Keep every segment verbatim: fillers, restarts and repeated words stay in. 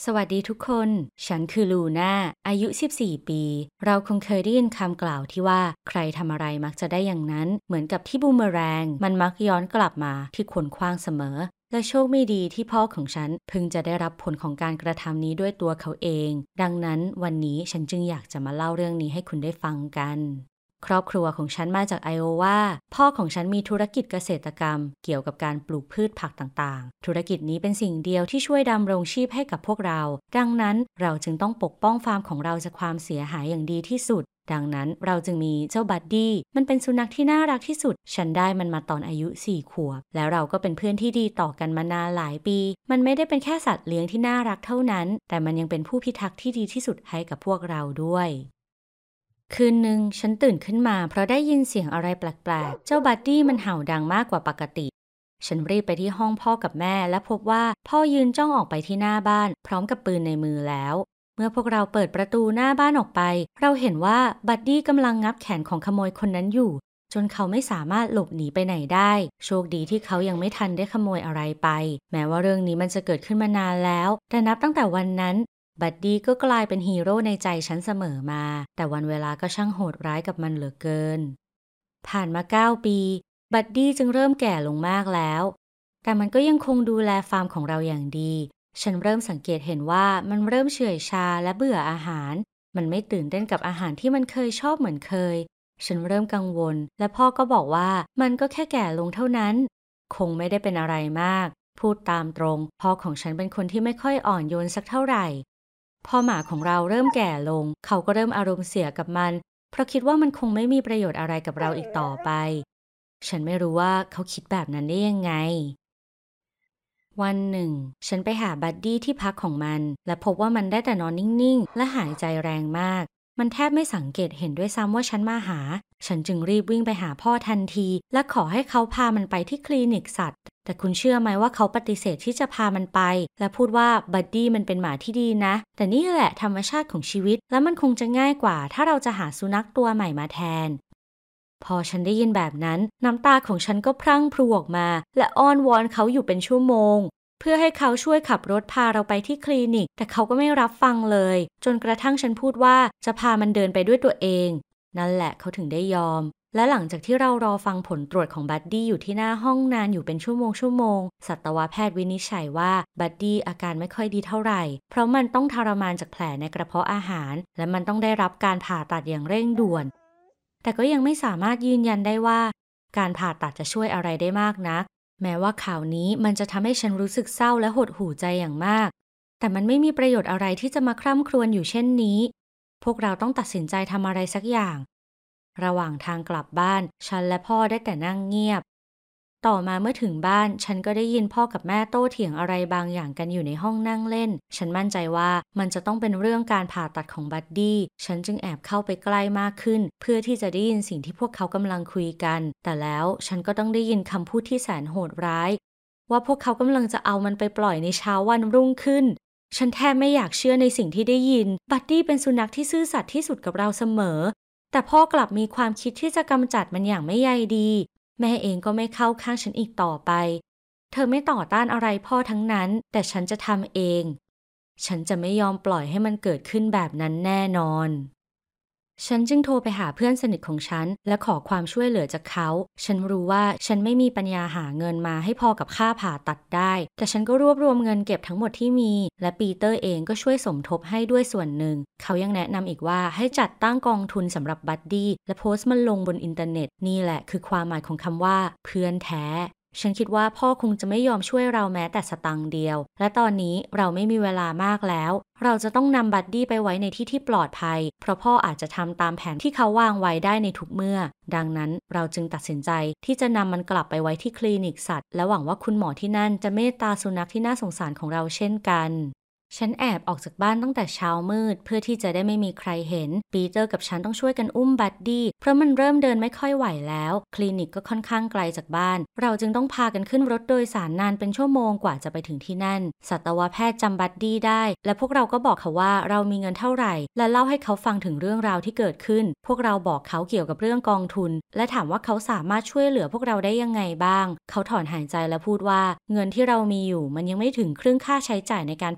สวัสดีทุกคน ฉันคือลูน่า อายุ สิบสี่ ปี เราคงเคยได้ยินคำกล่าวที่ว่าใครทำอะไรมักจะได้อย่างนั้น เหมือนกับที่บูมเมอแรงมันมักย้อนกลับมาที่คนขว้างเสมอ และโชคไม่ดีที่พ่อของฉันเพิ่งจะได้รับผลของการกระทำนี้ด้วยตัวเขาเอง ดังนั้นวันนี้ฉันจึงอยากจะมาเล่าเรื่องนี้ให้คุณได้ฟังกันครอบครัวของฉันมาจากไอโอวาพ่อของฉันมีธุรกิจเกษตรกรรมเกี่ยวกับการปลูกพืชผักต่างๆธุรกิจนี้เป็นสิ่งเดียวที่ช่วยดำรงชีพให้กับพวกเราดังนั้นเราจึงต้องปกป้องฟาร์มของเราจากความเสียหายอย่างดีที่สุดดังนั้นเราจึงมีเจ้าบัดดี้มันเป็นสุนัขที่น่ารักที่สุดฉันได้มันมาตอนอายุสี่ขวบแล้วเราก็เป็นเพื่อนที่ดีต่อกันมานานหลายปีมันไม่ได้เป็นแค่สัตว์เลี้ยงที่น่ารักเท่านั้นแต่มันยังเป็นผู้พิทักษ์ที่ดีที่สุดให้กับพวกเราด้วยคืนหนึ่งฉันตื่นขึ้นมาเพราะได้ยินเสียงอะไรแปลกๆเจ้าบัดดี้มันเห่าดังมากกว่าปกติฉันรีบไปที่ห้องพ่อกับแม่และพบว่าพ่อยืนจ้องออกไปที่หน้าบ้านพร้อมกับปืนในมือแล้วเมื่อพวกเราเปิดประตูหน้าบ้านออกไปเราเห็นว่าบัดดี้กำลังงับแขนของขโมยคนนั้นอยู่จนเขาไม่สามารถหลบหนีไปไหนได้โชคดีที่เขายังไม่ทันได้ขโมยอะไรไปแม้ว่าเรื่องนี้มันจะเกิดขึ้นมานานแล้วแต่นับตั้งแต่วันนั้นบัดดี้ก็กลายเป็นฮีโร่ในใจฉันเสมอมาแต่วันเวลาก็ช่างโหดร้ายกับมันเหลือเกินผ่านมาเก้าปีบัดดี้จึงเริ่มแก่ลงมากแล้วแต่มันก็ยังคงดูแลฟาร์มของเราอย่างดีฉันเริ่มสังเกตเห็นว่ามันเริ่มเฉื่อยชาและเบื่ออาหารมันไม่ตื่นเต้นกับอาหารที่มันเคยชอบเหมือนเคยฉันเริ่มกังวลและพ่อก็บอกว่ามันก็แค่แก่ลงเท่านั้นคงไม่ได้เป็นอะไรมากพูดตามตรงพ่อของฉันเป็นคนที่ไม่ค่อยอ่อนโยนสักเท่าไหร่พอหมาของเราเริ่มแก่ลงเขาก็เริ่มอารมณ์เสียกับมันเพราะคิดว่ามันคงไม่มีประโยชน์อะไรกับเราอีกต่อไปฉันไม่รู้ว่าเขาคิดแบบนั้นได้ยังไงวันหนึ่งฉันไปหาบัดดี้ที่พักของมันและพบว่ามันได้แต่นอนนิ่งๆและหายใจแรงมากมันแทบไม่สังเกตเห็นด้วยซ้ำว่าฉันมาหาฉันจึงรีบวิ่งไปหาพ่อทันทีและขอให้เขาพามันไปที่คลินิกสัตว์แต่คุณเชื่อไหมว่าเขาปฏิเสธที่จะพามันไปและพูดว่าบัดดี้มันเป็นหมาที่ดีนะแต่นี่แหละธรรมชาติของชีวิตและมันคงจะง่ายกว่าถ้าเราจะหาสุนัขตัวใหม่มาแทนพอฉันได้ยินแบบนั้นน้ำตาของฉันก็พรั่งพรูออกมาและอ้อนวอนเขาอยู่เป็นชั่วโมงเพื่อให้เขาช่วยขับรถพาเราไปที่คลินิกแต่เขาก็ไม่รับฟังเลยจนกระทั่งฉันพูดว่าจะพามันเดินไปด้วยตัวเองนั่นแหละเขาถึงได้ยอมและหลังจากที่เรารอฟังผลตรวจของบัดดี้อยู่ที่หน้าห้องนานอยู่เป็นชั่วโมงชั่วโมงสัตวแพทย์วินิจฉัยว่าบัดดี้อาการไม่ค่อยดีเท่าไหร่เพราะมันต้องทรมานจากแผลในกระเพาะอาหารและมันต้องได้รับการผ่าตัดอย่างเร่งด่วนแต่ก็ยังไม่สามารถยืนยันได้ว่าการผ่าตัดจะช่วยอะไรได้มากนักแม้ว่าข่าวนี้มันจะทำให้ฉันรู้สึกเศร้าและหดหู่ใจอย่างมากแต่มันไม่มีประโยชน์อะไรที่จะมาคร่ำครวญอยู่เช่นนี้พวกเราต้องตัดสินใจทำอะไรสักอย่างระหว่างทางกลับบ้านฉันและพ่อได้แต่นั่งเงียบต่อมาเมื่อถึงบ้านฉันก็ได้ยินพ่อกับแม่โต้เถียงอะไรบางอย่างกันอยู่ในห้องนั่งเล่นฉันมั่นใจว่ามันจะต้องเป็นเรื่องการผ่าตัดของบัดดี้ฉันจึงแอบเข้าไปใกล้มากขึ้นเพื่อที่จะได้ยินสิ่งที่พวกเขากำลังคุยกันแต่แล้วฉันก็ต้องได้ยินคำพูดที่แสนโหดร้ายว่าพวกเขากำลังจะเอามันไปปล่อยในเช้าวันรุ่งขึ้นฉันแทบไม่อยากเชื่อในสิ่งที่ได้ยินบัดดี้เป็นสุนัขที่ซื่อสัตย์ที่สุดกับเราเสมอแต่พ่อกลับมีความคิดที่จะกำจัดมันอย่างไม่ใยดีแม่เองก็ไม่เข้าข้างฉันอีกต่อไปเธอไม่ต่อต้านอะไรพ่อทั้งนั้นแต่ฉันจะทำเองฉันจะไม่ยอมปล่อยให้มันเกิดขึ้นแบบนั้นแน่นอนฉันจึงโทรไปหาเพื่อนสนิทของฉันและขอความช่วยเหลือจากเขาฉันรู้ว่าฉันไม่มีปัญญาหาเงินมาให้พอกับค่าผ่าตัดได้แต่ฉันก็รวบรวมเงินเก็บทั้งหมดที่มีและปีเตอร์เองก็ช่วยสมทบให้ด้วยส่วนหนึ่งเขายังแนะนำอีกว่าให้จัดตั้งกองทุนสำหรับบัดดี้และโพสต์มันลงบนอินเทอร์เน็ตนี่แหละคือความหมายของคำว่าเพื่อนแท้ฉันคิดว่าพ่อคงจะไม่ยอมช่วยเราแม้แต่สตังค์เดียวและตอนนี้เราไม่มีเวลามากแล้วเราจะต้องนำบัดดี้ไปไว้ในที่ที่ปลอดภัยเพราะพ่ออาจจะทำตามแผนที่เขาวางไว้ได้ในทุกเมื่อดังนั้นเราจึงตัดสินใจที่จะนำมันกลับไปไว้ที่คลินิกสัตว์และหวังว่าคุณหมอที่นั่นจะเมตตาสุนัขที่น่าสงสารของเราเช่นกันฉันแอบออกจากบ้านตั้งแต่เช้ามืดเพื่อที่จะได้ไม่มีใครเห็นปีเตอร์กับฉันต้องช่วยกันอุ้มบัดดี้เพราะมันเริ่มเดินไม่ค่อยไหวแล้วคลินิกก็ค่อนข้างไกลจากบ้านเราจึงต้องพากันขึ้นรถโดยสารนานเป็นชั่วโมงกว่าจะไปถึงที่นั่นสัตวแพทย์จำบัดดี้ได้และพวกเราก็บอกเขาว่าเรามีเงินเท่าไหร่และเล่าให้เขาฟังถึงเรื่องราวที่เกิดขึ้นพวกเราบอกเขาเกี่ยวกับเรื่องกองทุนและถามว่าเขาสามารถช่วยเหลือพวกเราได้ยังไงบ้างเขาถอนหายใจและพูดว่าเงินที่เรามีอยู่มันยังไม่ถึงครึ่งค่าใช้จ่ายในการผ่าตัด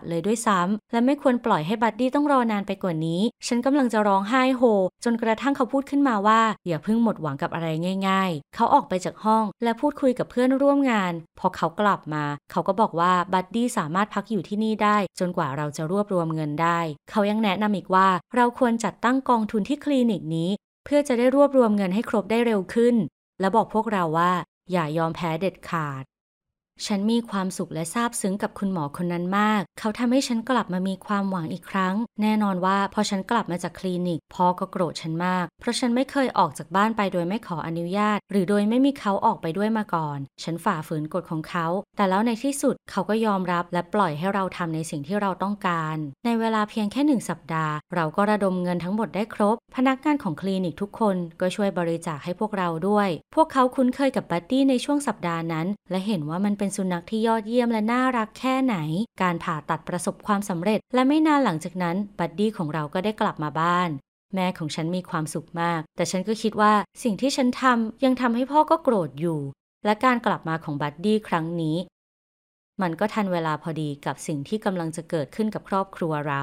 เลยด้วยซ้ำและไม่ควรปล่อยให้บัดดี้ต้องรอนานไปกว่านี้ฉันกำลังจะร้องไห้โฮจนกระทั่งเขาพูดขึ้นมาว่าอย่าเพิ่งหมดหวังกับอะไรง่ายๆเขาออกไปจากห้องและพูดคุยกับเพื่อนร่วมงานพอเขากลับมาเขาก็บอกว่าบัดดี้สามารถพักอยู่ที่นี่ได้จนกว่าเราจะรวบรวมเงินได้เขายังแนะนำอีกว่าเราควรจัดตั้งกองทุนที่คลินิกนี้เพื่อจะได้รวบรวมเงินให้ครบได้เร็วขึ้นและบอกพวกเราว่าอย่ายอมแพ้เด็ดขาดฉันมีความสุขและซาบซึ้งกับคุณหมอคนนั้นมากเขาทำให้ฉันกลับมามีความหวังอีกครั้งแน่นอนว่าพอฉันกลับมาจากคลินิกพ่อก็โกรธฉันมากเพราะฉันไม่เคยออกจากบ้านไปโดยไม่ขออนุญาตหรือโดยไม่มีเขาออกไปด้วยมาก่อนฉันฝ่าฝืนกฎของเขาแต่แล้วในที่สุดเขาก็ยอมรับและปล่อยให้เราทำในสิ่งที่เราต้องการในเวลาเพียงแค่หนึ่งสัปดาห์เราก็ระดมเงินทั้งหมดได้ครบพนักงานของคลินิกทุกคนก็ช่วยบริจาคให้พวกเราด้วยพวกเขาคุ้นเคยกับบัดดี้ในช่วงสัปดาห์นั้นและเห็นว่ามันเป็นสุนัขที่ยอดเยี่ยมและน่ารักแค่ไหนการผ่าตัดประสบความสำเร็จและไม่นานหลังจากนั้นบัดดี้ของเราก็ได้กลับมาบ้านแม่ของฉันมีความสุขมากแต่ฉันก็คิดว่าสิ่งที่ฉันทำยังทำให้พ่อก็โกรธอยู่และการกลับมาของบัดดี้ครั้งนี้มันก็ทันเวลาพอดีกับสิ่งที่กำลังจะเกิดขึ้นกับครอบครัวเรา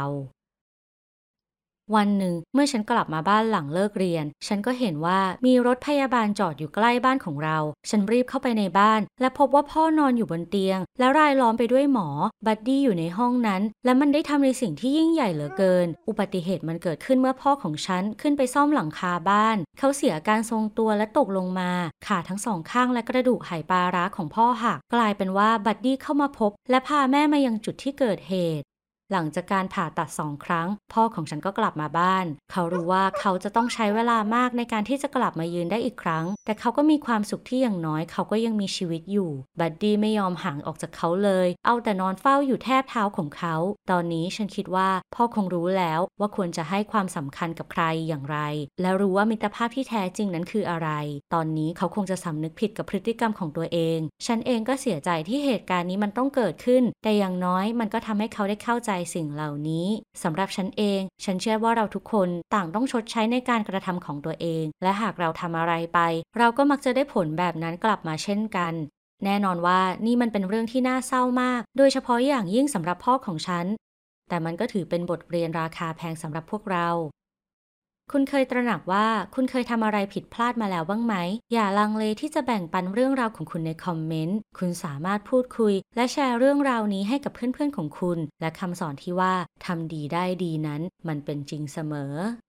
วันหนึ่งเมื่อฉันกลับมาบ้านหลังเลิกเรียนฉันก็เห็นว่ามีรถพยาบาลจอดอยู่ใกล้บ้านของเราฉันรีบเข้าไปในบ้านและพบว่าพ่อนอนอยู่บนเตียงและรายล้อมไปด้วยหมอบัดดี้อยู่ในห้องนั้นและมันได้ทำในสิ่งที่ยิ่งใหญ่เหลือเกินอุบัติเหตุมันเกิดขึ้นเมื่อพ่อของฉันขึ้นไปซ่อมหลังคาบ้านเขาเสียการทรงตัวและตกลงมาขาทั้งสองข้างและกระดูกไหปลาร้าของพ่อหักกลายเป็นว่าบัดดี้เข้ามาพบและพาแม่มายังจุดที่เกิดเหตุหลังจากการผ่าตัดสองครั้งพ่อของฉันก็กลับมาบ้านเขารู้ว่าเขาจะต้องใช้เวลามากในการที่จะกลับมายืนได้อีกครั้งแต่เขาก็มีความสุขที่อย่างน้อยเขาก็ยังมีชีวิตอยู่บัดดี้ไม่ยอมห่างออกจากเขาเลยเอาแต่นอนเฝ้าอยู่แทบเท้าของเขาตอนนี้ฉันคิดว่าพ่อคงรู้แล้วว่าควรจะให้ความสำคัญกับใครอย่างไรและรู้ว่ามิตรภาพที่แท้จริงนั้นคืออะไรตอนนี้เขาคงจะสำนึกผิดกับพฤติกรรมของตัวเองฉันเองก็เสียใจที่เหตุการณ์นี้มันต้องเกิดขึ้นแต่อย่างน้อยมันก็ทำให้เขาได้เข้าใจสิ่งเหล่านี้สำหรับฉันเองฉันเชื่อว่าเราทุกคนต่างต้องชดใช้ในการกระทำของตัวเองและหากเราทำอะไรไปเราก็มักจะได้ผลแบบนั้นกลับมาเช่นกันแน่นอนว่านี่มันเป็นเรื่องที่น่าเศร้ามากโดยเฉพาะอย่างยิ่งสำหรับพ่อของฉันแต่มันก็ถือเป็นบทเรียนราคาแพงสำหรับพวกเราคุณเคยตระหนักว่าคุณเคยทำอะไรผิดพลาดมาแล้วบ้างไหมอย่าลังเลที่จะแบ่งปันเรื่องราวของคุณในคอมเมนต์คุณสามารถพูดคุยและแชร์เรื่องราวนี้ให้กับเพื่อนๆของคุณและคำสอนที่ว่าทำดีได้ดีนั้นมันเป็นจริงเสมอ